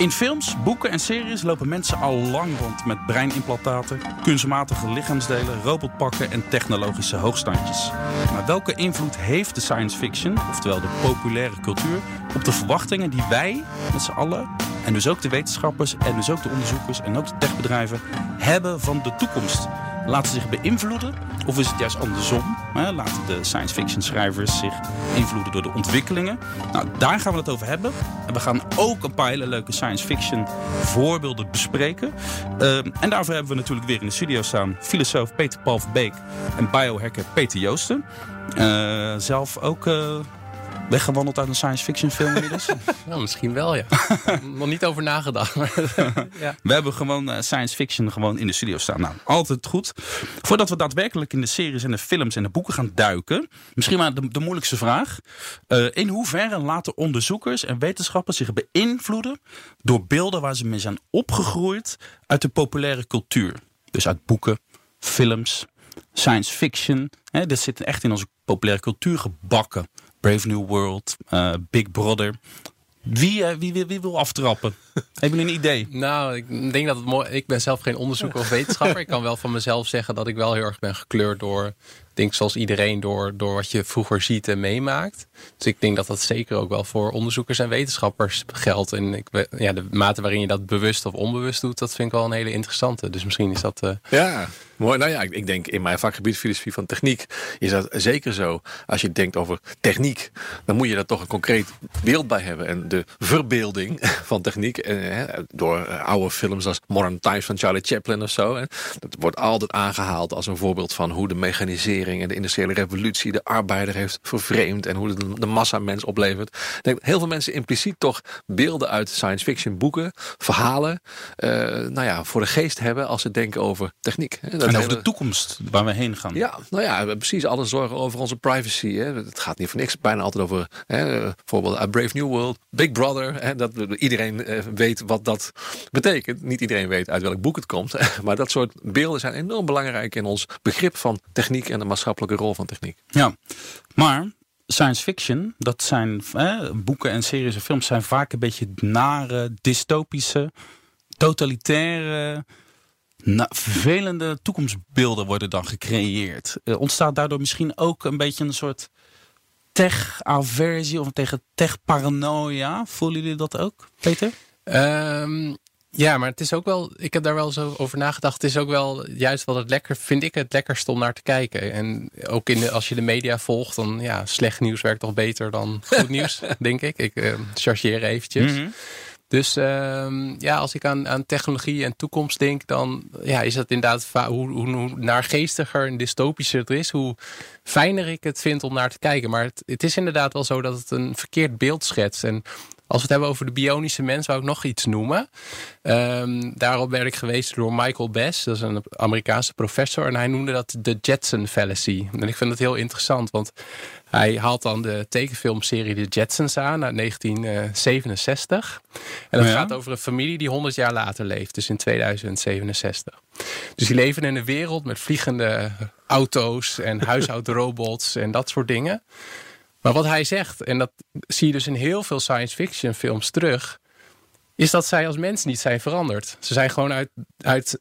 In films, boeken en series lopen mensen al lang rond met breinimplantaten, kunstmatige lichaamsdelen, robotpakken en technologische hoogstandjes. Maar welke invloed heeft de science fiction, oftewel de populaire cultuur, op de verwachtingen die wij met z'n allen, en dus ook de wetenschappers en dus ook de onderzoekers en ook de techbedrijven, hebben van de toekomst? Laten ze zich beïnvloeden? Of is het juist andersom? Laten de science fiction schrijvers zich beïnvloeden door de ontwikkelingen? Nou, daar gaan we het over hebben. En we gaan ook een paar hele leuke science fiction voorbeelden bespreken. En daarvoor hebben we natuurlijk weer in de studio staan filosoof Peter Paul Verbeek en biohacker Peter Joosten. Zelf ook weggewandeld uit een science fiction film inmiddels? Nou, misschien wel, ja. Nog niet over nagedacht. Maar ja. We hebben gewoon science fiction gewoon in de studio staan. Nou, altijd goed. Voordat we daadwerkelijk in de series en de films en de boeken gaan duiken, misschien maar de moeilijkste vraag. In hoeverre laten onderzoekers en wetenschappers zich beïnvloeden door beelden waar ze mee zijn opgegroeid uit de populaire cultuur? Dus uit boeken, films, science fiction. Dit zit echt in onze populaire cultuur gebakken. Brave New World, Big Brother. Wie wil aftrappen? Hebben jullie een idee? Nou, ik denk dat het mooi. Ik ben zelf geen onderzoeker of wetenschapper. Ik kan wel van mezelf zeggen dat ik wel heel erg ben gekleurd door, ik denk zoals iedereen, door wat je vroeger ziet en meemaakt. Dus ik denk dat dat zeker ook wel voor onderzoekers en wetenschappers geldt. En de mate waarin je dat bewust of onbewust doet, dat vind ik wel een hele interessante. Dus misschien is dat... Ja, mooi. Nou ja, ik denk in mijn vakgebied filosofie van techniek is dat zeker zo. Als je denkt over techniek, dan moet je daar toch een concreet beeld bij hebben. En de verbeelding van techniek, door oude films als Modern Times van Charlie Chaplin of zo. Dat wordt altijd aangehaald als een voorbeeld van hoe de mechanisering en de industriële revolutie de arbeider heeft vervreemd en hoe het de massamens oplevert. Ik denk dat heel veel mensen impliciet toch beelden uit science fiction boeken, verhalen, voor de geest hebben als ze denken over techniek. En over de toekomst waar we heen gaan. Ja, nou ja, precies. Alle zorgen over onze privacy. Het gaat niet voor niks. Bijna altijd over bijvoorbeeld A Brave New World, Big Brother. Dat iedereen weet wat dat betekent. Niet iedereen weet uit welk boek het komt. Maar dat soort beelden zijn enorm belangrijk in ons begrip van techniek en de maatschappelijke rol van techniek. Ja, maar science fiction, dat zijn boeken en series en films zijn vaak een beetje nare, dystopische, totalitaire, vervelende toekomstbeelden worden dan gecreëerd. Ontstaat daardoor misschien ook een beetje een soort tech-aversie of tegen tech-paranoia? Voelen jullie dat ook, Peter? Ja, maar het is ook wel, ik heb daar wel zo over nagedacht. Het is ook wel juist wat vind ik het lekkerst om naar te kijken. En ook als je de media volgt, dan slecht nieuws werkt toch beter dan goed nieuws, denk ik. Ik chargeer eventjes. Mm-hmm. Dus als ik aan technologie en toekomst denk, dan is dat inderdaad hoe naargeestiger en dystopischer het is, hoe fijner ik het vind om naar te kijken. Maar het is inderdaad wel zo dat het een verkeerd beeld schetst. En als we het hebben over de bionische mens, wou ik nog iets noemen. Daarop werd ik gewezen door Michael Bass. Dat is een Amerikaanse professor. En hij noemde dat de Jetson fallacy. En ik vind het heel interessant. Want hij haalt dan de tekenfilmserie The Jetsons aan uit 1967. En dat gaat over een familie die 100 jaar later leeft. Dus in 2067. Dus die leven in een wereld met vliegende auto's en huishoudrobots en dat soort dingen. Maar wat hij zegt, en dat zie je dus in heel veel science fiction films terug, is dat zij als mens niet zijn veranderd. Ze zijn gewoon uit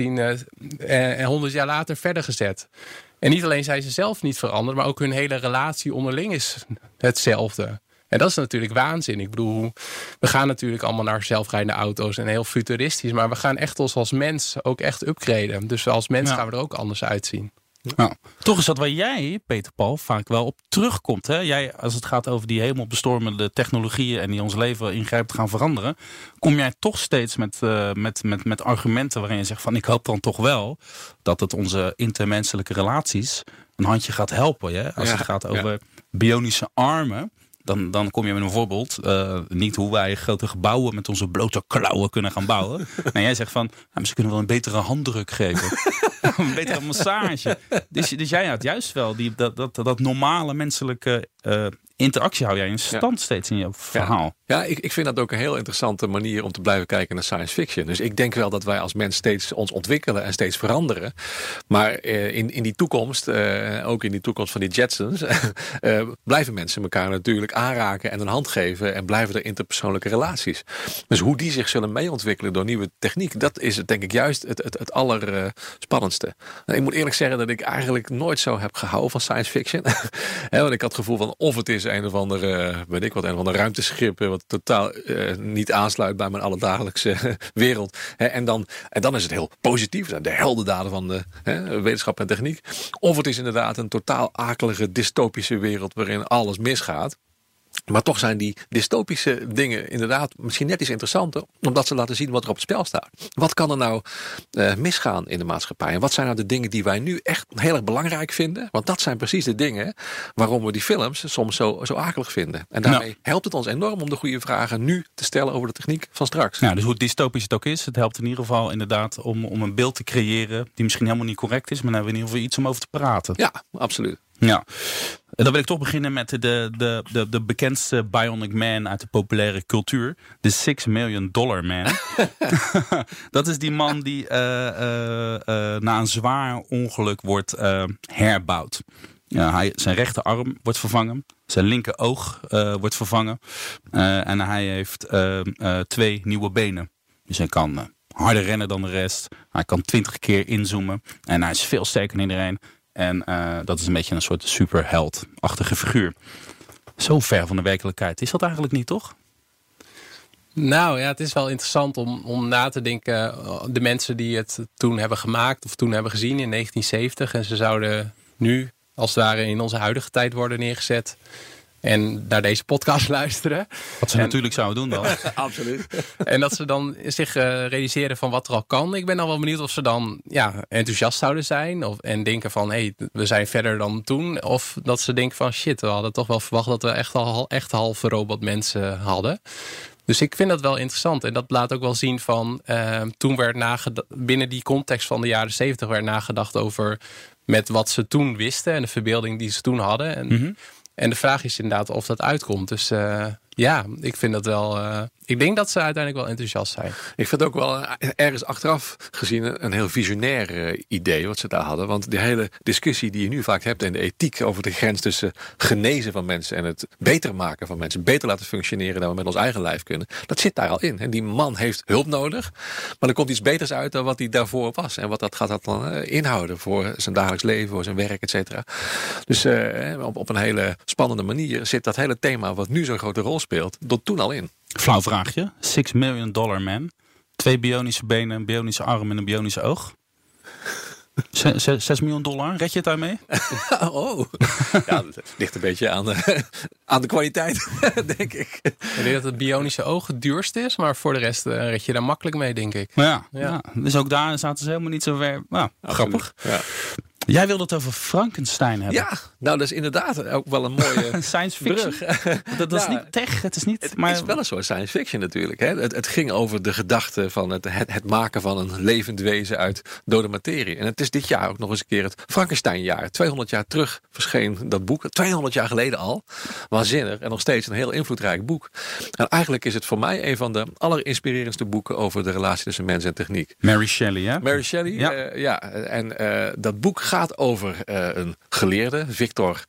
100 jaar later verder gezet. En niet alleen zijn ze zelf niet veranderd, maar ook hun hele relatie onderling is hetzelfde. En dat is natuurlijk waanzin. Ik bedoel, we gaan natuurlijk allemaal naar zelfrijdende auto's en heel futuristisch, maar we gaan echt ons als mens ook echt upgraden. Dus als mens gaan we er ook anders uitzien. Nou, toch is dat waar jij, Peter Paul, vaak wel op terugkomt. Hè? Jij, als het gaat over die hemelbestormende technologieën en die ons leven ingrijpend gaan veranderen, kom jij toch steeds met argumenten waarin je zegt van ik hoop dan toch wel dat het onze intermenselijke relaties een handje gaat helpen. Hè? Als het gaat over bionische armen. Dan kom je met een voorbeeld. Niet hoe wij grote gebouwen met onze blote klauwen kunnen gaan bouwen. En jij zegt van, ze kunnen wel een betere handdruk geven. Een betere massage. Dus jij had juist wel dat normale menselijke interactie hou jij in stand steeds in je verhaal. Ja, ik vind dat ook een heel interessante manier om te blijven kijken naar science fiction. Dus ik denk wel dat wij als mens steeds ons ontwikkelen en steeds veranderen. Maar in die toekomst, ook in die toekomst van die Jetsons, blijven mensen elkaar natuurlijk aanraken en een hand geven en blijven er interpersoonlijke relaties. Dus hoe die zich zullen meeontwikkelen door nieuwe techniek, dat is denk ik juist het allerspannendste. Ik moet eerlijk zeggen dat ik eigenlijk nooit zo heb gehouden van science fiction. Want ik had het gevoel van of het is een of ander ruimteschip wat totaal niet aansluit bij mijn alledagelijkse wereld. En dan is het heel positief. De heldendaden van de wetenschap en techniek. Of het is inderdaad een totaal akelige dystopische wereld waarin alles misgaat. Maar toch zijn die dystopische dingen inderdaad misschien net iets interessanter, omdat ze laten zien wat er op het spel staat. Wat kan er nou misgaan in de maatschappij? En wat zijn nou de dingen die wij nu echt heel erg belangrijk vinden? Want dat zijn precies de dingen waarom we die films soms zo akelig vinden. En daarmee helpt het ons enorm om de goede vragen nu te stellen over de techniek van straks. Ja, dus hoe dystopisch het ook is, het helpt in ieder geval inderdaad om een beeld te creëren die misschien helemaal niet correct is, maar dan hebben we in ieder geval iets om over te praten. Ja, absoluut. Ja. En dan wil ik toch beginnen met de bekendste Bionic Man uit de populaire cultuur. De $6 Million Man. Dat is die man die na een zwaar ongeluk wordt herbouwd. Ja, zijn rechterarm wordt vervangen. Zijn linkeroog wordt vervangen. En hij heeft 2 nieuwe benen. Dus hij kan harder rennen dan de rest. Hij kan 20 keer inzoomen. En hij is veel sterker dan iedereen. En dat is een beetje een soort superheld-achtige figuur. Zo ver van de werkelijkheid. Is dat eigenlijk niet, toch? Nou ja, het is wel interessant om na te denken. De mensen die het toen hebben gemaakt of toen hebben gezien in 1970. En ze zouden nu, als het ware, in onze huidige tijd worden neergezet. En naar deze podcast luisteren. Wat ze natuurlijk zouden doen dan. Absoluut. En dat ze dan zich realiseren van wat er al kan. Ik ben dan wel benieuwd of ze dan enthousiast zouden zijn. En denken van, we zijn verder dan toen. Of dat ze denken van, shit, we hadden toch wel verwacht dat we echt halve robotmensen hadden. Dus ik vind dat wel interessant. En dat laat ook wel zien van, toen werd binnen die context van de jaren 70 werd nagedacht over met wat ze toen wisten. En de verbeelding die ze toen hadden. En, en de vraag is inderdaad of dat uitkomt. Dus ik vind dat wel. Ik denk dat ze uiteindelijk wel enthousiast zijn. Ik vind het ook wel ergens achteraf gezien een heel visionair idee wat ze daar hadden. Want die hele discussie die je nu vaak hebt in de ethiek over de grens tussen genezen van mensen en het beter maken van mensen, beter laten functioneren dan we met ons eigen lijf kunnen, dat zit daar al in. En die man heeft hulp nodig, maar er komt iets beters uit dan wat hij daarvoor was. En wat dat gaat dat dan inhouden voor zijn dagelijks leven, voor zijn werk, et cetera. Dus op een hele spannende manier zit dat hele thema wat nu zo'n grote rol speelt, tot toen al in. Flauw vraagje. $6 Million Man. 2 bionische benen, een bionische arm en een bionische oog. $6 miljoen. Red je het daarmee? Ja, dat ligt een beetje aan de kwaliteit, denk ik. Ik denk dat het bionische oog het duurste is. Maar voor de rest red je daar makkelijk mee, denk ik. Ja. Dus ook daar zaten ze helemaal niet zo ver. Nou, grappig. Ja. Jij wilde het over Frankenstein hebben. Ja, nou dat is inderdaad ook wel een mooie science fiction. Dat is niet tech, het is niet. Het maar is wel een soort science fiction natuurlijk. Hè? Het ging over de gedachte van het maken van een levend wezen uit dode materie. En het is dit jaar ook nog eens een keer het Frankenstein-jaar. 200 jaar terug verscheen dat boek. 200 jaar geleden al. Waanzinnig. En nog steeds een heel invloedrijk boek. En eigenlijk is het voor mij een van de allerinspirerendste boeken over de relatie tussen mens en techniek. Mary Shelley, hè? Mary Shelley, ja. En dat boek gaat over een geleerde, Victor,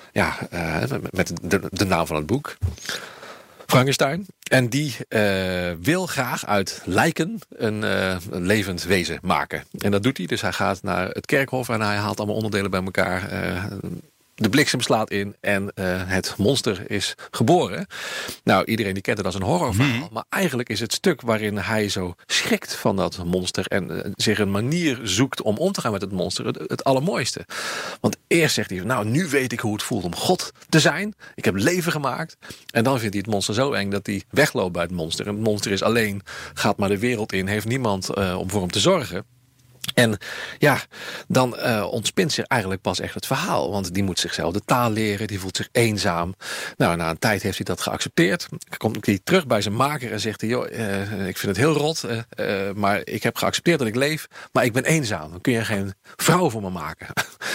met de naam van het boek, Frankenstein. En die wil graag uit lijken een levend wezen maken. En dat doet hij. Dus hij gaat naar het kerkhof en hij haalt allemaal onderdelen bij elkaar. De bliksem slaat in en het monster is geboren. Nou, iedereen die kent het als een horrorverhaal. Maar eigenlijk is het stuk waarin hij zo schrikt van dat monster en zich een manier zoekt om te gaan met het monster het allermooiste. Want eerst zegt hij, nou, nu weet ik hoe het voelt om God te zijn. Ik heb leven gemaakt. En dan vindt hij het monster zo eng dat hij wegloopt bij het monster. En het monster is alleen, gaat maar de wereld in, heeft niemand om voor hem te zorgen. En ja, dan ontspint zich eigenlijk pas echt het verhaal. Want die moet zichzelf de taal leren. Die voelt zich eenzaam. Nou, na een tijd heeft hij dat geaccepteerd. Dan komt hij terug bij zijn maker en zegt hij, joh, ik vind het heel rot. Maar ik heb geaccepteerd dat ik leef. Maar ik ben eenzaam. Dan kun je geen vrouw voor me maken.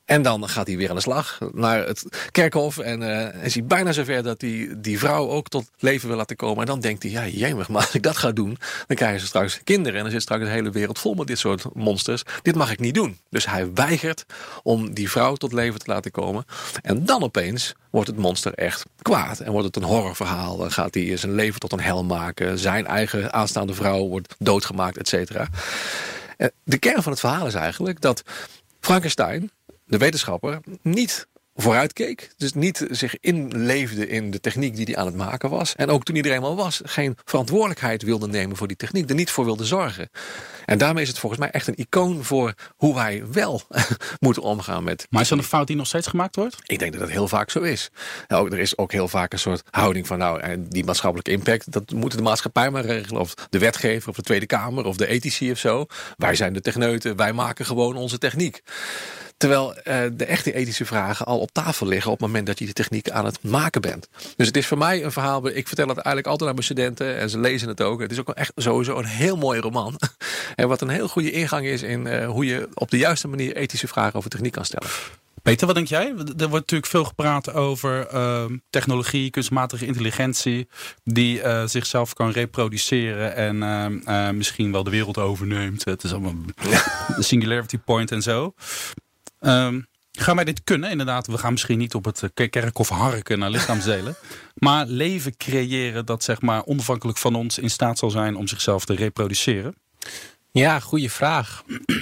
En dan gaat hij weer aan de slag naar het kerkhof. En is hij bijna zover dat hij die vrouw ook tot leven wil laten komen. En dan denkt hij, ja, jemig, maar als ik dat ga doen, dan krijgen ze straks kinderen. En dan zit straks de hele wereld vol met dit soort monsters. Dit mag ik niet doen. Dus hij weigert om die vrouw tot leven te laten komen. En dan opeens wordt het monster echt kwaad. En wordt het een horrorverhaal. Dan gaat hij zijn leven tot een hel maken. Zijn eigen aanstaande vrouw wordt doodgemaakt, et cetera. De kern van het verhaal is eigenlijk dat Frankenstein, de wetenschapper, niet vooruitkeek. Dus niet zich inleefde in de techniek die hij aan het maken was. En ook toen hij er eenmaal was, geen verantwoordelijkheid wilde nemen voor die techniek. Er niet voor wilde zorgen. En daarmee is het volgens mij echt een icoon voor hoe wij wel moeten omgaan met. Maar is dat een fout die nog steeds gemaakt wordt? Ik denk dat dat heel vaak zo is. Nou, er is ook heel vaak een soort houding van, die maatschappelijke impact, dat moet de maatschappij maar regelen. Of de wetgever, of de Tweede Kamer, of de ethici of zo. Wij zijn de techneuten, wij maken gewoon onze techniek. Terwijl de echte ethische vragen al op tafel liggen op het moment dat je de techniek aan het maken bent. Dus het is voor mij een verhaal, ik vertel het eigenlijk altijd aan mijn studenten en ze lezen het ook. Het is ook echt sowieso een heel mooi roman. En wat een heel goede ingang is in hoe je op de juiste manier ethische vragen over techniek kan stellen. Peter, wat denk jij? Er wordt natuurlijk veel gepraat over technologie, kunstmatige intelligentie, die zichzelf kan reproduceren en misschien wel de wereld overneemt. Het is allemaal de singularity point en zo. Gaan wij dit kunnen? Inderdaad, we gaan misschien niet op het kerkhof harken naar lichaamsdelen. Maar leven creëren dat zeg maar onafhankelijk van ons in staat zal zijn om zichzelf te reproduceren? Ja, goede vraag.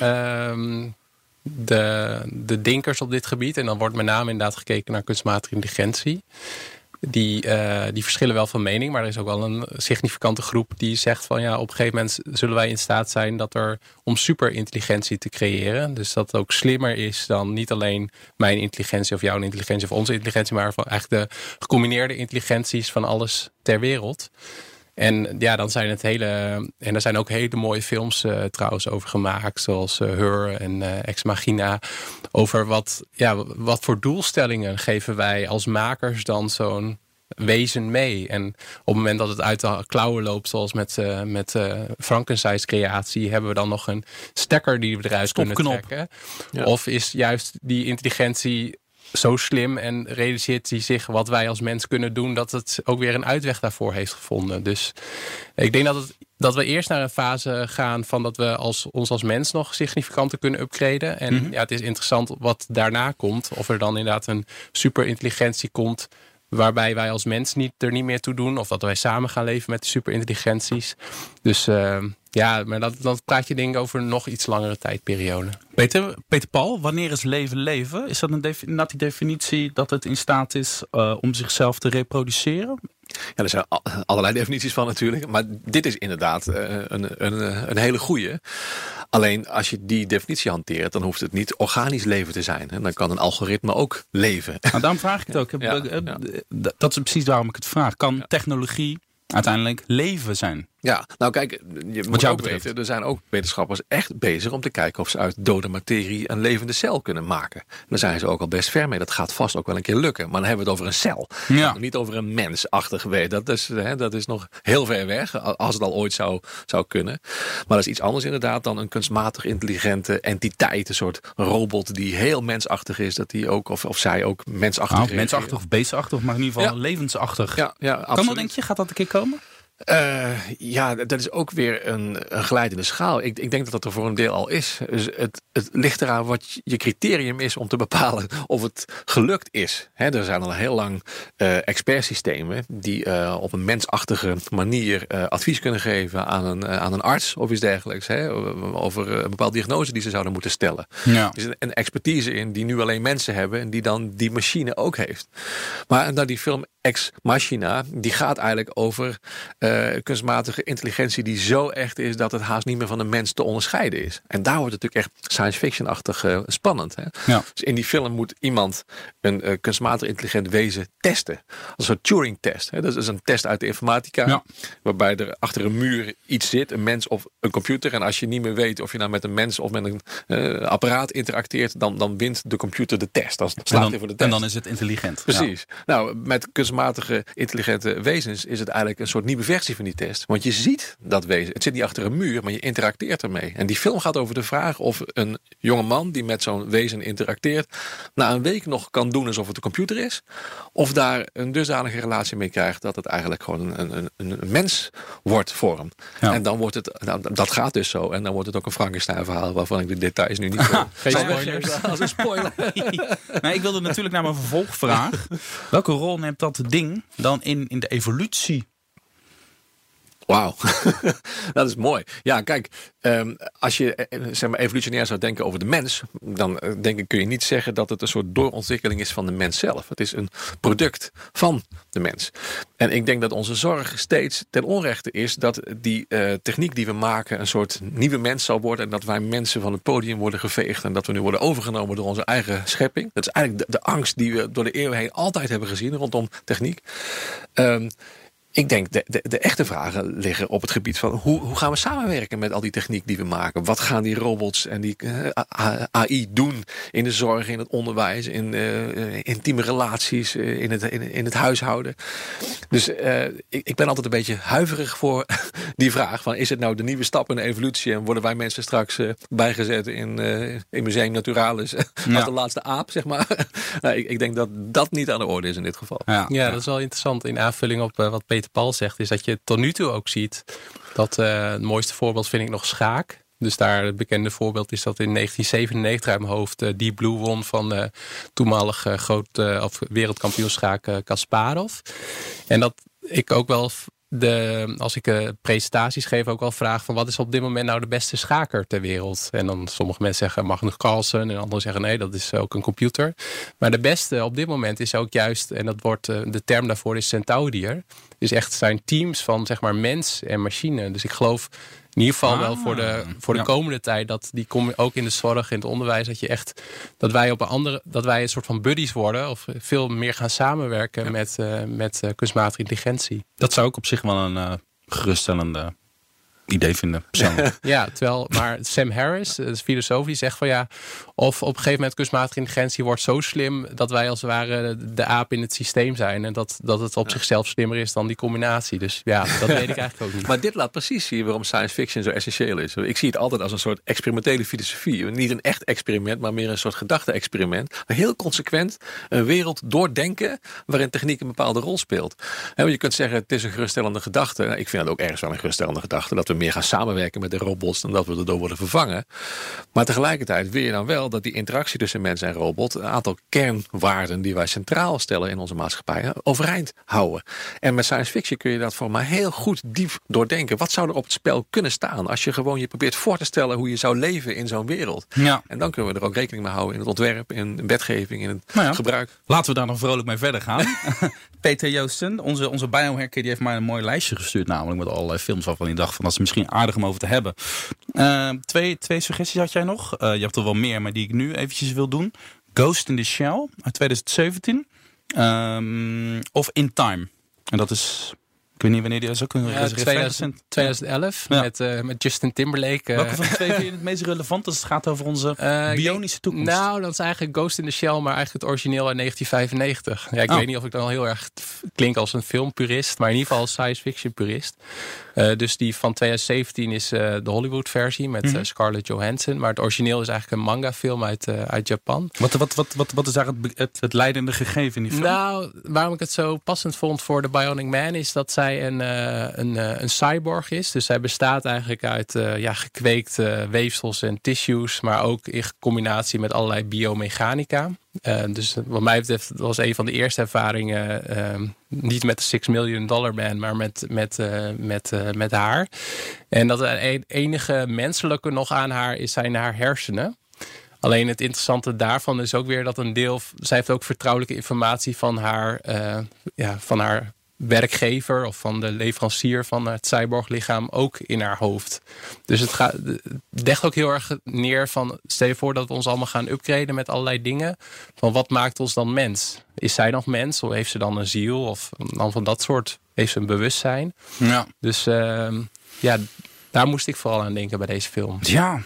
De denkers op dit gebied, en dan wordt met name inderdaad gekeken naar kunstmatige intelligentie. Die verschillen wel van mening, maar er is ook wel een significante groep die zegt van ja, op een gegeven moment zullen wij in staat zijn om superintelligentie te creëren. Dus dat het ook slimmer is dan niet alleen mijn intelligentie of jouw intelligentie of onze intelligentie, maar van eigenlijk de gecombineerde intelligenties van alles ter wereld. En ja, dan zijn het en er zijn ook hele mooie films trouwens over gemaakt, zoals Her en Ex Machina. Over wat voor doelstellingen geven wij als makers dan zo'n wezen mee. En op het moment dat het uit de klauwen loopt, zoals met Frankenstein's creatie, hebben we dan nog een stekker die we eruit kunnen trekken. Ja. Of is juist die intelligentie zo slim en realiseert hij zich wat wij als mens kunnen doen, dat het ook weer een uitweg daarvoor heeft gevonden. Dus ik denk dat we eerst naar een fase gaan van dat we ons als mens nog significanter kunnen upgraden. En ja, het is interessant wat daarna komt. Of er dan inderdaad een superintelligentie komt waarbij wij als mens er niet meer toe doen. Of dat wij samen gaan leven met de superintelligenties. Dus ja, maar dan praat je denk ik over een nog iets langere tijdperiode. Peter Paul, wanneer is leven leven? Is dat die definitie dat het in staat is om zichzelf te reproduceren? Ja, er zijn allerlei definities van natuurlijk. Maar dit is inderdaad een hele goeie. Alleen als je die definitie hanteert, dan hoeft het niet organisch leven te zijn. En dan kan een algoritme ook leven. Nou, daarom vraag ik het ook. Dat is precies waarom ik het vraag. Kan technologie uiteindelijk leven zijn? Ja, nou kijk, je moet ook weten, er zijn ook wetenschappers echt bezig om te kijken of ze uit dode materie een levende cel kunnen maken. Daar zijn ze ook al best ver mee. Dat gaat vast ook wel een keer lukken. Maar dan hebben we het over een cel. Ja. Niet over een mensachtig wezen. Dat is nog heel ver weg, als het al ooit zou kunnen. Maar dat is iets anders inderdaad dan een kunstmatig intelligente entiteit. Een soort robot die heel mensachtig is. Dat die ook, of zij ook mensachtig is. Mensachtig of beestachtig, maar in ieder geval levensachtig. Ja, kan dat, denk je? Gaat dat een keer komen? Ja, dat is ook weer een glijdende schaal. Ik denk dat dat er voor een deel al is. Dus het ligt eraan wat je criterium is om te bepalen of het gelukt is. Er zijn al heel lang expertsystemen die op een mensachtige manier advies kunnen geven aan een arts of iets dergelijks. Over een bepaalde diagnose die ze zouden moeten stellen. Ja. Er is een expertise in die nu alleen mensen hebben en die dan die machine ook heeft. Maar dan die film Ex Machina, die gaat eigenlijk over kunstmatige intelligentie die zo echt is dat het haast niet meer van een mens te onderscheiden is. En daar wordt het natuurlijk echt science fiction-achtig spannend. Hè? Ja. Dus in die film moet iemand een kunstmatig intelligent wezen testen. Als een soort Turing-test. Hè? Dat is een test uit de informatica, waarbij er achter een muur iets zit, een mens of een computer. En als je niet meer weet of je nou met een mens of met een apparaat interacteert, dan wint de computer de test. Dan slaagt hij voor de test. En dan is het intelligent. Precies. Ja. Nou, met kunstmatige intelligente wezens is het eigenlijk een soort nieuwe versie versie van die test. Want je ziet dat wezen. Het zit niet achter een muur, maar je interacteert ermee. En die film gaat over de vraag of een jonge man die met zo'n wezen interacteert, na een week nog kan doen alsof het een computer is. Of daar een dusdanige relatie mee krijgt dat het eigenlijk gewoon een mens wordt voor hem. Ja. En dan wordt het, dat gaat dus zo. En dan wordt het ook een Frankenstein verhaal waarvan ik de details nu niet geen spoilers. Als een spoiler. Nee, ik wilde natuurlijk naar mijn vervolgvraag. Welke rol neemt dat ding dan in de evolutie? Wauw, dat is mooi. Ja, kijk, als je zeg maar evolutionair zou denken over de mens, dan denk ik kun je niet zeggen dat het een soort doorontwikkeling is van de mens zelf. Het is een product van de mens. En ik denk dat onze zorg steeds ten onrechte is dat die techniek die we maken een soort nieuwe mens zal worden en dat wij mensen van het podium worden geveegd en dat we nu worden overgenomen door onze eigen schepping. Dat is eigenlijk de angst die we door de eeuwen heen altijd hebben gezien rondom techniek. Ik denk de echte vragen liggen op het gebied van hoe gaan we samenwerken met al die techniek die we maken? Wat gaan die robots en die AI doen in de zorg, in het onderwijs, in intieme relaties, in het huishouden? Dus ik ben altijd een beetje huiverig voor die vraag van is het nou de nieuwe stap in de evolutie en worden wij mensen straks bijgezet in Museum Naturalis als de laatste aap, zeg maar? Nou, ik denk dat dat niet aan de orde is in dit geval. Ja, dat is wel interessant in aanvulling op wat Peter Paul zegt, is dat je tot nu toe ook ziet dat het mooiste voorbeeld vind ik nog schaak. Dus daar het bekende voorbeeld is dat in 1997 uit mijn hoofd Deep Blue won van toenmalig wereldkampioen schaak Kasparov. En dat ik ook wel als ik presentaties geef ook wel vraag van wat is op dit moment nou de beste schaker ter wereld? En dan sommige mensen zeggen Magnus Carlsen en anderen zeggen nee, dat is ook een computer. Maar de beste op dit moment is ook juist, en dat wordt de term daarvoor is Centaurier. Dus echt zijn teams van zeg maar mens en machine. Dus ik geloof in ieder geval wel voor de komende tijd dat die ook in de zorg, in het onderwijs, dat wij een soort van buddies worden of veel meer gaan samenwerken met kunstmatige intelligentie. Dat zou ik op zich wel een geruststellende idee vinden. Ja, maar Sam Harris, de filosoof, die zegt van ja, of op een gegeven moment kunstmatige intelligentie wordt zo slim dat wij als het ware de aap in het systeem zijn en dat het op zichzelf slimmer is dan die combinatie. Dus ja, dat weet ik eigenlijk ook niet. Maar dit laat precies zien waarom science fiction zo essentieel is. Ik zie het altijd als een soort experimentele filosofie. Niet een echt experiment, maar meer een soort gedachte-experiment. Heel consequent een wereld doordenken waarin techniek een bepaalde rol speelt. En je kunt zeggen het is een geruststellende gedachte. Ik vind het ook ergens wel een geruststellende gedachte dat we meer gaan samenwerken met de robots dan dat we erdoor worden vervangen. Maar tegelijkertijd wil je dan wel dat die interactie tussen mens en robot een aantal kernwaarden die wij centraal stellen in onze maatschappij overeind houden. En met science fiction kun je dat voor mij heel goed diep doordenken. Wat zou er op het spel kunnen staan als je gewoon je probeert voor te stellen hoe je zou leven in zo'n wereld? Ja. En dan kunnen we er ook rekening mee houden in het ontwerp, in de wetgeving, in het gebruik. Laten we daar dan vrolijk mee verder gaan. Peter Joosten, onze biohacker, die heeft mij een mooi lijstje gestuurd, namelijk met allerlei films waarvan hij dacht van dat is misschien aardig om over te hebben. Twee suggesties had jij nog. Je hebt er wel meer, maar die ik nu eventjes wil doen. Ghost in the Shell uit 2017. Of In Time. En dat is, ik weet niet wanneer die is, ook een 2011 met Justin Timberlake. Welke van de twee vind je het meest relevant als het gaat over onze bionische toekomst? Nou, dat is eigenlijk Ghost in the Shell, maar eigenlijk het origineel uit 1995. Ja, ik weet niet of ik dan heel erg klink als een filmpurist, maar in ieder geval als science fiction purist. Dus die van 2017 is de Hollywood versie met Scarlett Johansson. Maar het origineel is eigenlijk een manga film uit Japan. Wat is eigenlijk het leidende gegeven in die film? Nou, waarom ik het zo passend vond voor The Bionic Man is dat zij een cyborg is. Dus zij bestaat eigenlijk uit gekweekte weefsels en tissues, maar ook in combinatie met allerlei biomechanica. Dus wat mij betreft was een van de eerste ervaringen niet met de $6 Million Man, maar met haar. En dat het enige menselijke nog aan haar zijn haar hersenen. Alleen het interessante daarvan is ook weer dat een deel, zij heeft ook vertrouwelijke informatie van haar werkgever of van de leverancier van het cyborglichaam ook in haar hoofd. Dus het legt ook heel erg neer van, stel je voor dat we ons allemaal gaan upgraden met allerlei dingen. Van wat maakt ons dan mens? Is zij nog mens? Of heeft ze dan een ziel? Of dan van dat soort, heeft ze een bewustzijn? Ja. Dus daar moest ik vooral aan denken bij deze film. Ja.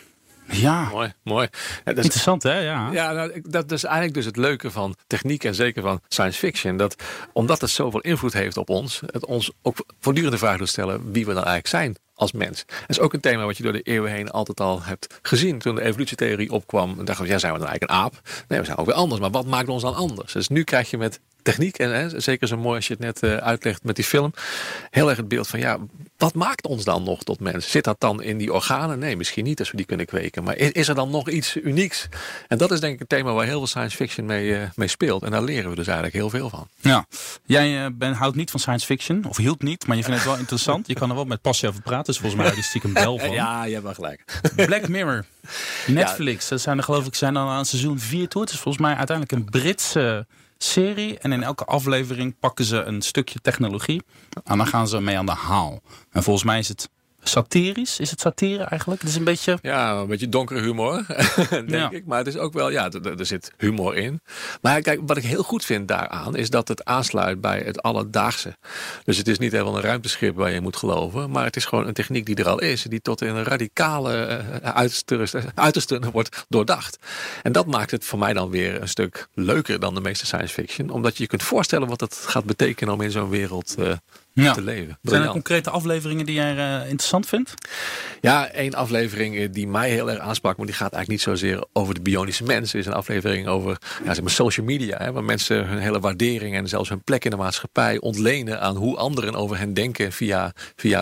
Ja, Mooi. Ja, interessant hè? Ja. Ja, nou, dat is eigenlijk dus het leuke van techniek en zeker van science fiction. Dat omdat het zoveel invloed heeft op ons, het ons ook voortdurend de vraag doet stellen wie we dan eigenlijk zijn als mens. Dat is ook een thema wat je door de eeuwen heen altijd al hebt gezien. Toen de evolutietheorie opkwam, dachten we, zijn we dan eigenlijk een aap? Nee, we zijn ook weer anders. Maar wat maakt ons dan anders? Dus nu krijg je met techniek, en zeker zo mooi als je het net uitlegt met die film, heel erg het beeld van, wat maakt ons dan nog tot mens? Zit dat dan in die organen? Nee, misschien niet als we die kunnen kweken. Maar is er dan nog iets unieks? En dat is denk ik een thema waar heel veel science fiction mee speelt. En daar leren we dus eigenlijk heel veel van. Ja, jij houdt niet van science fiction, of hield niet, maar je vindt het wel interessant. Je kan er wel met passie over praten, dus volgens mij is stiekem bel van. Ja, je hebt wel gelijk. Black Mirror, Netflix, dat zijn er geloof ik al aan seizoen 4 toe. Het is volgens mij uiteindelijk een Britse serie. En in elke aflevering pakken ze een stukje technologie. En dan gaan ze mee aan de haal. En volgens mij is het satirisch. Is het satire eigenlijk? Het is een beetje... Ja, een beetje donkere humor, denk ik. Maar het is ook wel, er zit humor in. Maar kijk, wat ik heel goed vind daaraan, is dat het aansluit bij het alledaagse. Dus het is niet helemaal een ruimteschip waar je moet geloven. Maar het is gewoon een techniek die er al is. Die tot in een radicale uitersten wordt doordacht. En dat maakt het voor mij dan weer een stuk leuker dan de meeste science fiction. Omdat je kunt voorstellen wat het gaat betekenen om in zo'n wereld te leven. Zijn er concrete afleveringen die jij interessant vindt? Ja, één aflevering die mij heel erg aansprak, maar die gaat eigenlijk niet zozeer over de bionische mens. Het is een aflevering over social media, waar mensen hun hele waardering en zelfs hun plek in de maatschappij ontlenen aan hoe anderen over hen denken via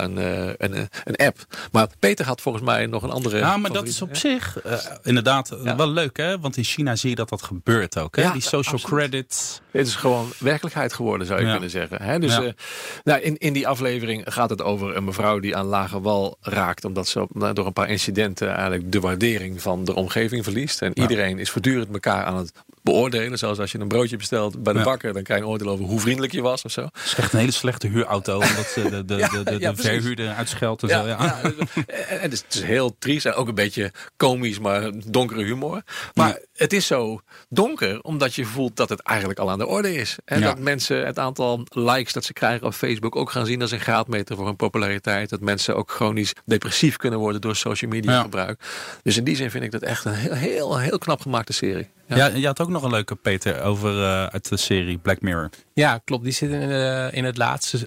een app. Maar Peter had volgens mij nog een andere... Ja, maar dat is op zich inderdaad wel leuk, hè? Want in China zie je dat gebeurt ook. Hè? Ja, die social absoluut. Credits. Het is gewoon werkelijkheid geworden, zou je kunnen zeggen. Hè? Dus in die aflevering gaat het over een mevrouw die aan lage wal raakt, omdat ze door een paar incidenten eigenlijk de waardering van de omgeving verliest. En iedereen is voortdurend elkaar aan het beoordelen. Zoals als je een broodje bestelt bij de bakker, dan krijg je een oordeel over hoe vriendelijk je was of zo. Het is echt een hele slechte huurauto, omdat de verhuurder uitscheldt en zo. Ja. En het is heel triest en ook een beetje komisch, maar donkere humor. Maar het is zo donker, omdat je voelt dat het eigenlijk al aan de orde is. En dat mensen het aantal likes dat ze krijgen op Facebook ook gaan zien als een graadmeter voor hun populariteit. Dat mensen ook chronisch depressief kunnen worden door social media gebruik. Dus in die zin vind ik dat echt een heel knap gemaakte serie. Ja, je had ook nog een leuke, Peter, over uit de serie Black Mirror. Ja, klopt. Die zit in het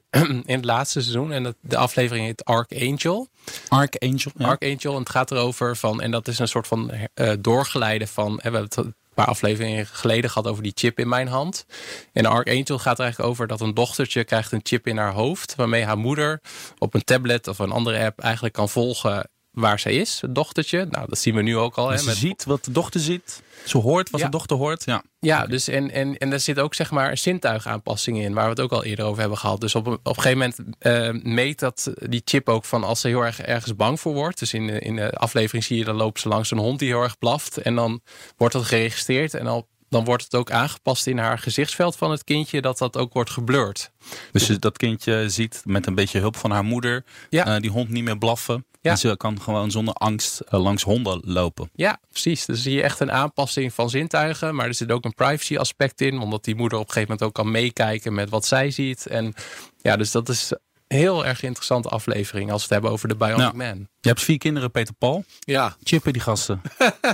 laatste seizoen. En de aflevering heet Archangel. Archangel, en het gaat erover van... En dat is een soort van doorgeleide van... We hebben het een paar afleveringen geleden gehad over die chip in mijn hand. En Archangel gaat er eigenlijk over dat een dochtertje krijgt een chip in haar hoofd. Waarmee haar moeder op een tablet of een andere app eigenlijk kan volgen waar zij is, het dochtertje. Nou, dat zien we nu ook al. Ze ziet wat de dochter ziet. Ze hoort wat de dochter hoort. Ja, dus en daar zit ook zeg maar een zintuigaanpassing in, waar we het ook al eerder over hebben gehad. Dus op een gegeven moment meet dat die chip ook van als ze heel erg ergens bang voor wordt. Dus in de aflevering zie je, dan loopt ze langs een hond die heel erg blaft. En dan wordt dat geregistreerd en dan wordt het ook aangepast in haar gezichtsveld van het kindje, dat ook wordt geblurred. Dus dat kindje ziet met een beetje hulp van haar moeder die hond niet meer blaffen. Ja. En ze kan gewoon zonder angst langs honden lopen. Ja, precies. Dus zie je echt een aanpassing van zintuigen. Maar er zit ook een privacy aspect in. Omdat die moeder op een gegeven moment ook kan meekijken met wat zij ziet. En ja, dus dat is een heel erg interessante aflevering als we het hebben over de Bionic Man. Je hebt 4 kinderen, Peter Paul. Ja. Chippen die gasten.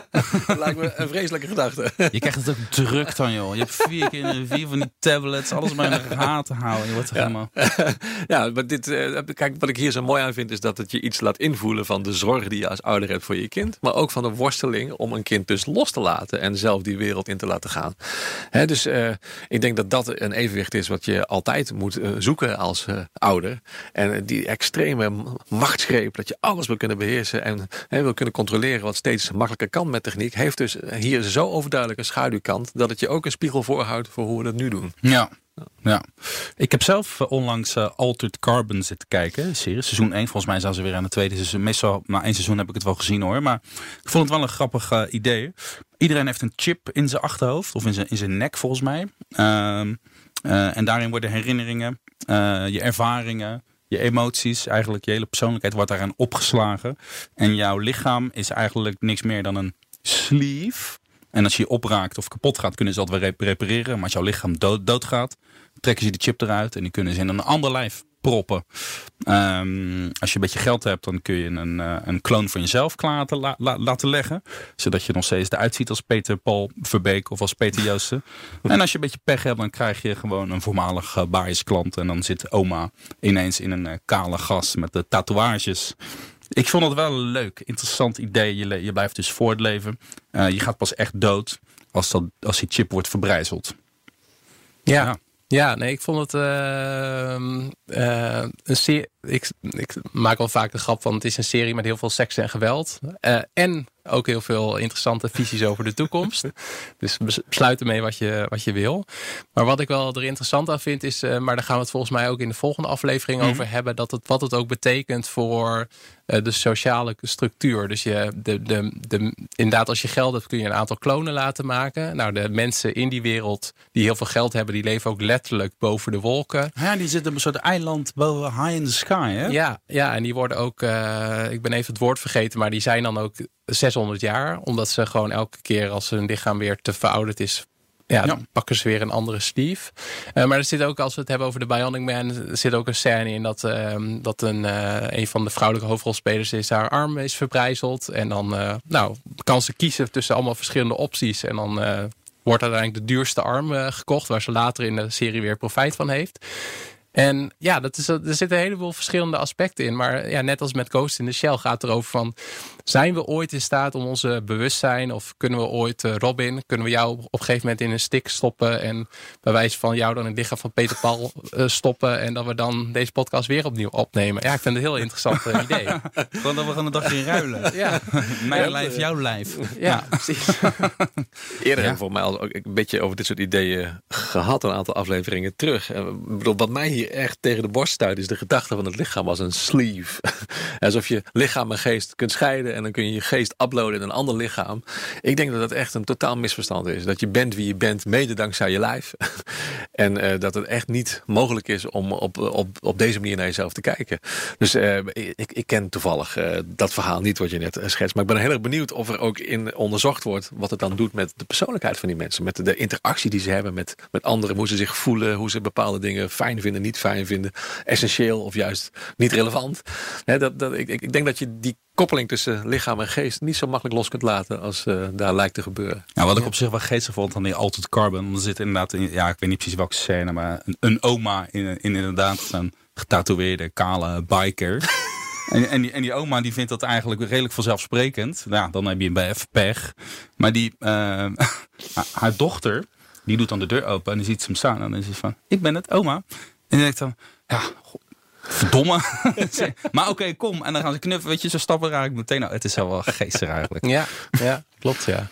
Lijkt me een vreselijke gedachte. Je krijgt het ook druk dan, joh. Je hebt 4 kinderen, 4 van die tablets. Alles maar in de gaten houden. Je wordt er helemaal... Ja, maar kijk, wat ik hier zo mooi aan vind is dat het je iets laat invoelen van de zorg die je als ouder hebt voor je kind. Maar ook van de worsteling om een kind dus los te laten en zelf die wereld in te laten gaan. Dus ik denk dat dat een evenwicht is wat je altijd moet zoeken als ouder. En die extreme machtsgreep dat je alles wil kunnen beheersen en wil kunnen controleren wat steeds makkelijker kan met techniek, heeft dus hier zo overduidelijk een schaduwkant dat het je ook een spiegel voorhoudt voor hoe we dat nu doen. Ja. Ik heb zelf onlangs Altered Carbon zitten kijken. Serie. Seizoen 1, volgens mij zijn ze weer aan het tweede seizoen. Meestal na 1 seizoen heb ik het wel gezien hoor. Maar ik vond het wel een grappig idee. Iedereen heeft een chip in zijn achterhoofd. Of in zijn nek volgens mij. En daarin worden herinneringen, je ervaringen, je emoties, eigenlijk je hele persoonlijkheid wordt daaraan opgeslagen. En jouw lichaam is eigenlijk niks meer dan een sleeve. En als je je opraakt of kapot gaat, kunnen ze dat weer repareren. Maar als jouw lichaam doodgaat, trekken ze die chip eruit en die kunnen ze in een ander lijf proppen. Als je een beetje geld hebt, dan kun je een kloon van jezelf laten leggen. Zodat je nog steeds eruit ziet als Peter Paul Verbeek of als Peter Joosten. En als je een beetje pech hebt, dan krijg je gewoon een voormalig bias klant. En dan zit oma ineens in een kale gast met de tatoeages. Ik vond het wel een leuk, interessant idee. Je blijft dus voortleven. Je gaat pas echt dood als die chip wordt verbrijzeld. Ja, nee, ik vond het een serie. Ik maak wel vaak de grap van het is een serie met heel veel seks en geweld. En ook heel veel interessante visies over de toekomst. Dus besluit ermee wat je wil. Maar wat ik wel er interessant aan vind is, maar daar gaan we het volgens mij ook in de volgende aflevering over hebben, wat het ook betekent voor de sociale structuur. Dus inderdaad, als je geld hebt, kun je een aantal klonen laten maken. Nou, de mensen in die wereld die heel veel geld hebben, die leven ook letterlijk boven de wolken. Ja, die zitten op een soort eiland boven high in the sky, hè? Ja, en die worden ook, ik ben even het woord vergeten, maar die zijn dan ook 600 jaar. Omdat ze gewoon elke keer als hun lichaam weer te verouderd is, dan pakken ze weer een andere sleeve. Maar er zit ook, als we het hebben over de Bionic Man, er zit ook een scène in dat een van de vrouwelijke hoofdrolspelers is, haar arm is verbrijzeld. En dan kan ze kiezen tussen allemaal verschillende opties. En dan wordt uiteindelijk de duurste arm gekocht, waar ze later in de serie weer profijt van heeft. En ja, er zitten een heleboel verschillende aspecten in. Maar ja, net als met Ghost in the Shell gaat het erover van, zijn we ooit in staat om onze bewustzijn, of kunnen we ooit, Robin, kunnen we jou op een gegeven moment in een stick stoppen en bij wijze van jou dan in het lichaam van Peter Paul stoppen en dat we dan deze podcast weer opnieuw opnemen. Ja, ik vind het een heel interessant idee. Gewoon dat we gaan een dagje ruilen. Ja. Mijn lijf, jouw lijf. Ja, precies. Eerder hebben we voor mij al ook een beetje over dit soort ideeën gehad, een aantal afleveringen terug. Ik bedoel, wat mij hier echt tegen de borst stuit is de gedachte van het lichaam als een sleeve. Alsof je lichaam en geest kunt scheiden en dan kun je je geest uploaden in een ander lichaam. Ik denk dat dat echt een totaal misverstand is. Dat je bent wie je bent, mede dankzij je lijf. En dat het echt niet mogelijk is om op deze manier naar jezelf te kijken. Dus ik ken toevallig dat verhaal niet wat je net schetst. Maar ik ben heel erg benieuwd of er ook in onderzocht wordt wat het dan doet met de persoonlijkheid van die mensen. Met de interactie die ze hebben met anderen. Hoe ze zich voelen, hoe ze bepaalde dingen fijn vinden, niet fijn vinden. Essentieel of juist niet relevant. Ik denk dat je die koppeling tussen lichaam en geest niet zo makkelijk los kunt laten als daar lijkt te gebeuren. Nou, wat ik op zich wel geestig vond aan die Altered Carbon, er zit inderdaad, ik weet niet precies welke scène, maar een oma in inderdaad een getatoeëerde, kale biker. En die oma die vindt dat eigenlijk redelijk vanzelfsprekend. Nou, dan heb je bij even pech. Maar haar dochter, die doet dan de deur open en die ziet ze hem staan. En dan is ze van, ik ben het, oma. En die denkt dan, ja, verdomme. Maar oké, kom. En dan gaan ze knuffelen. Weet je, zo stappen raak ik meteen. Nou, het is wel geestig eigenlijk. Ja, klopt, ja.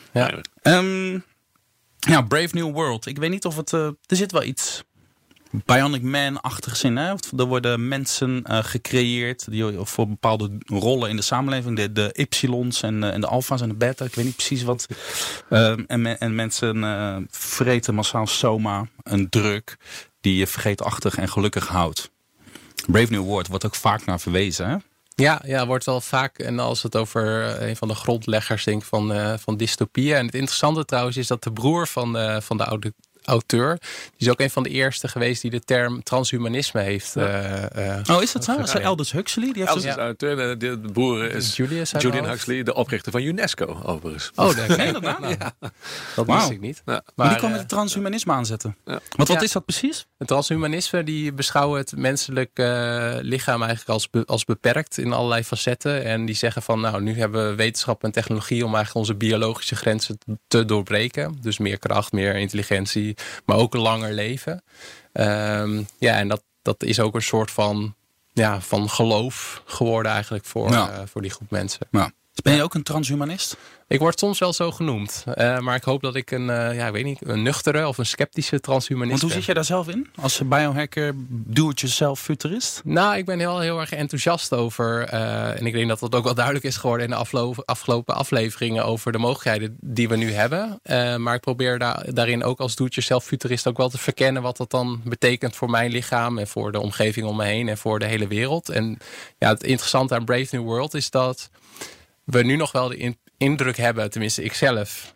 Brave New World. Ik weet niet of het... er zit wel iets Bionic Man-achtigs in. Hè? Er worden mensen gecreëerd die voor bepaalde rollen in de samenleving. De Ypsilons en de Alpha's en de Beta. Ik weet niet precies wat. En mensen vreten massaal soma, een drug die je vergeetachtig en gelukkig houdt. Brave New World wordt ook vaak naar verwezen, hè? Ja, wordt wel vaak. En als het over een van de grondleggers denk van dystopieën. En het interessante trouwens is dat de broer van de auteur, die is ook een van de eerste geweest die de term transhumanisme heeft. Is dat zo? Is dat Aldous Huxley? Die heeft auteur, de broer is Julian Huxley, de oprichter van UNESCO, overigens. Nee, dat wist ik niet. Ja. Maar die kwam met het transhumanisme aanzetten. Ja. Want wat is dat precies? Het transhumanisme, die beschouwen het menselijk lichaam eigenlijk als beperkt in allerlei facetten. En die zeggen van, nou, nu hebben we wetenschap en technologie om eigenlijk onze biologische grenzen te doorbreken. Dus meer kracht, meer intelligentie, maar ook een langer leven. En dat is ook een soort van geloof geworden eigenlijk voor die groep mensen. Ja. Ben je ook een transhumanist? Ik word soms wel zo genoemd. Maar ik hoop dat ik een nuchtere of een sceptische transhumanist ben. Want hoe zit jij daar zelf in? Als biohacker, do-it-yourself futurist? Nou, ik ben heel erg enthousiast over. En ik denk dat dat ook wel duidelijk is geworden in de afgelopen afleveringen over de mogelijkheden die we nu hebben. Maar ik probeer daarin ook als do-it-yourself futurist ook wel te verkennen wat dat dan betekent voor mijn lichaam en voor de omgeving om me heen en voor de hele wereld. En ja, het interessante aan Brave New World is dat we nu nog wel de indruk hebben, tenminste ikzelf,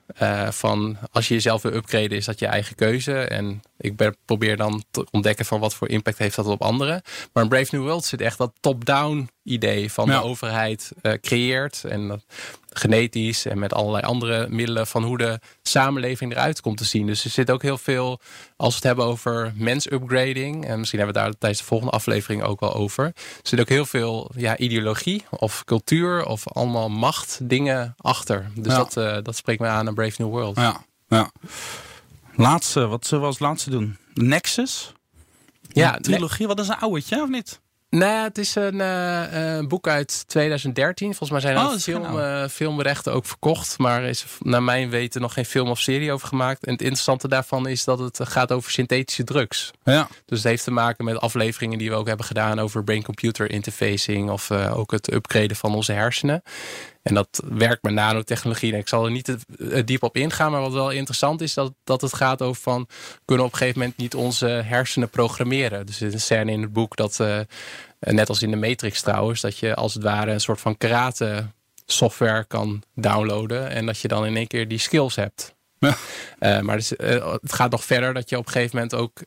van als je jezelf wil upgraden, is dat je eigen keuze. En ik probeer dan te ontdekken van wat voor impact heeft dat op anderen. Maar in Brave New World zit echt dat top-down idee van de overheid creëert. En dat genetisch en met allerlei andere middelen van hoe de samenleving eruit komt te zien. Dus er zit ook heel veel, als we het hebben over mens-upgrading, en misschien hebben we het daar tijdens de volgende aflevering ook wel over, er zit ook heel veel ideologie of cultuur of allemaal machtdingen achter. Dus dat spreekt me aan Brave New World. Ja. Laatste, wat zullen we als laatste doen? Nexus? Ja, trilogie, wat is een ouwtje, of niet? Nee, het is een boek uit 2013. Volgens mij zijn er filmrechten ook verkocht. Maar er is naar mijn weten nog geen film of serie over gemaakt. En het interessante daarvan is dat het gaat over synthetische drugs. Ja. Dus het heeft te maken met afleveringen die we ook hebben gedaan over brain-computer interfacing. Of ook het upgraden van onze hersenen. En dat werkt met nanotechnologie. En ik zal er niet te diep op ingaan. Maar wat wel interessant is, dat het gaat over van, kunnen we op een gegeven moment niet onze hersenen programmeren. Dus er is een scène in het boek dat, net als in de Matrix trouwens, dat je als het ware een soort van karate software kan downloaden. En dat je dan in één keer die skills hebt. Ja. Maar het gaat nog verder dat je op een gegeven moment ook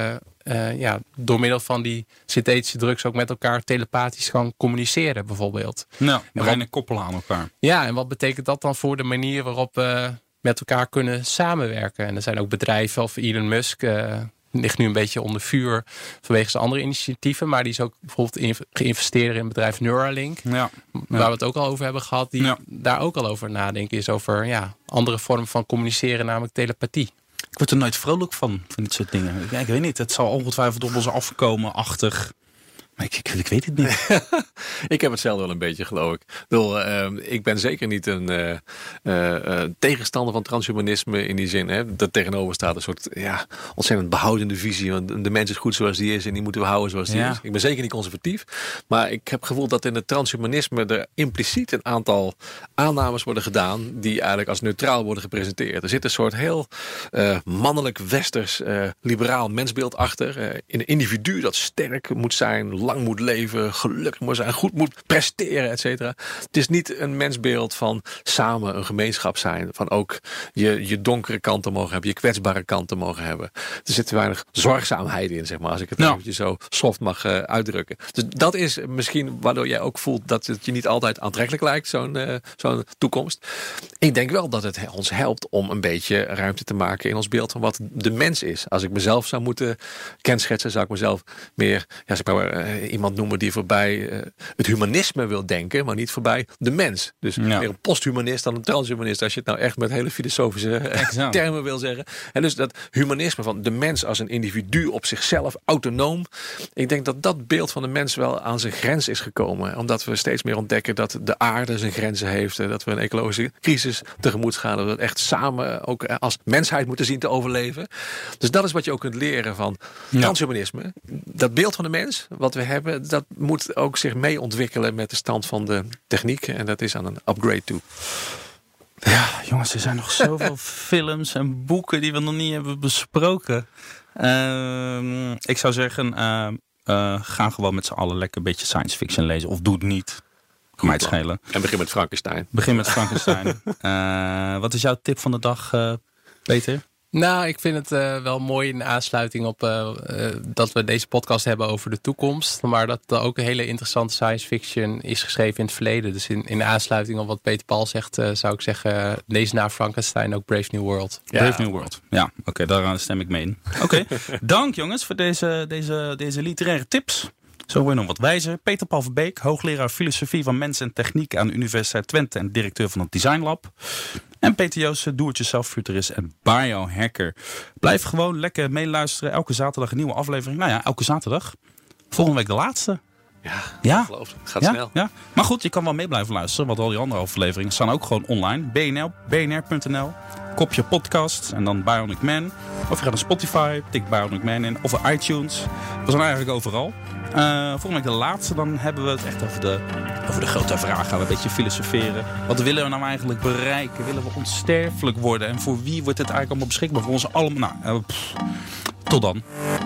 door middel van die synthetische drugs ook met elkaar telepathisch kan communiceren bijvoorbeeld. Nou, en koppelen aan elkaar. Ja, en wat betekent dat dan voor de manier waarop we met elkaar kunnen samenwerken? En er zijn ook bedrijven, of Elon Musk ligt nu een beetje onder vuur vanwege zijn andere initiatieven. Maar die is ook bijvoorbeeld geïnvesteerd in het bedrijf Neuralink. Ja. Waar we het ook al over hebben gehad. Die daar ook al over nadenken is over andere vormen van communiceren, namelijk telepathie. Ik word er nooit vrolijk van dit soort dingen. Ik weet niet, het zal ongetwijfeld op ons afkomen, achtig. Maar ik weet het niet. Ik heb hetzelfde wel een beetje, geloof ik. Ik ben zeker niet een tegenstander van transhumanisme in die zin. Hè, dat tegenover staat een soort ontzettend behoudende visie. Want de mens is goed zoals die is en die moeten we houden zoals die is. Ik ben zeker niet conservatief. Maar ik heb het gevoel dat in het transhumanisme er impliciet een aantal aannames worden gedaan die eigenlijk als neutraal worden gepresenteerd. Er zit een soort heel mannelijk westers liberaal mensbeeld achter. Een individu dat sterk moet zijn, lang moet leven, gelukkig moet zijn, goed moet presteren, et cetera. Het is niet een mensbeeld van samen een gemeenschap zijn. Van ook je donkere kanten mogen hebben, je kwetsbare kanten mogen hebben. Er zit weinig zorgzaamheid in, zeg maar, als ik het eventjes zo soft mag uitdrukken. Dus dat is misschien waardoor jij ook voelt dat het je niet altijd aantrekkelijk lijkt, zo'n toekomst. Ik denk wel dat het ons helpt om een beetje ruimte te maken in ons beeld van wat de mens is. Als ik mezelf zou moeten kenschetsen, zou ik mezelf meer iemand noemen die voorbij het humanisme wil denken, maar niet voorbij de mens. Dus meer een posthumanist dan een transhumanist, als je het nou echt met hele filosofische termen wil zeggen. En dus dat humanisme van de mens als een individu op zichzelf, autonoom. Ik denk dat dat beeld van de mens wel aan zijn grens is gekomen. Omdat we steeds meer ontdekken dat de aarde zijn grenzen heeft. Dat we een ecologische crisis tegemoet gaan. Dat we het echt samen ook als mensheid moeten zien te overleven. Dus dat is wat je ook kunt leren van transhumanisme. Dat beeld van de mens, wat we hebben, dat moet ook zich mee ontwikkelen met de stand van de techniek. En dat is aan een upgrade toe. Ja, jongens, er zijn nog zoveel films en boeken die we nog niet hebben besproken. Ik zou zeggen, ga gewoon met z'n allen lekker een beetje science fiction lezen. Of doe het niet. Kan mij het schelen. En begin met Frankenstein. Wat is jouw tip van de dag, Peter? Nou, ik vind het wel mooi in aansluiting op dat we deze podcast hebben over de toekomst. Maar dat er ook een hele interessante science fiction is geschreven in het verleden. Dus in aansluiting op wat Peter Paul zegt, zou ik zeggen, lees na Frankenstein ook Brave New World. Ja. Brave New World. Ja, oké, daar stem ik mee in. Oké, dank jongens voor deze literaire tips. Zo word je nog wat wijzer. Peter Paul Verbeek, hoogleraar filosofie van mens en techniek aan de Universiteit Twente en directeur van het Design Lab. En Peter Joosten, doe-het-jezelf-futurist en biohacker. Blijf gewoon lekker meeluisteren. Elke zaterdag een nieuwe aflevering. Nou ja, elke zaterdag. Volgende week de laatste. Ja. Geloof het. Het gaat snel. Ja. Maar goed, je kan wel mee blijven luisteren. Want al die andere afleveringen staan ook gewoon online. bnr.nl. Kopje podcast en dan Bionic Man. Of je gaat naar Spotify, tik Bionic Man in. Of iTunes. We zijn eigenlijk overal. Volgende week de laatste. Dan hebben we het echt over de grote vraag. Gaan we een beetje filosoferen. Wat willen we nou eigenlijk bereiken? Willen we onsterfelijk worden? En voor wie wordt het eigenlijk allemaal beschikbaar? Voor ons allemaal. Tot dan.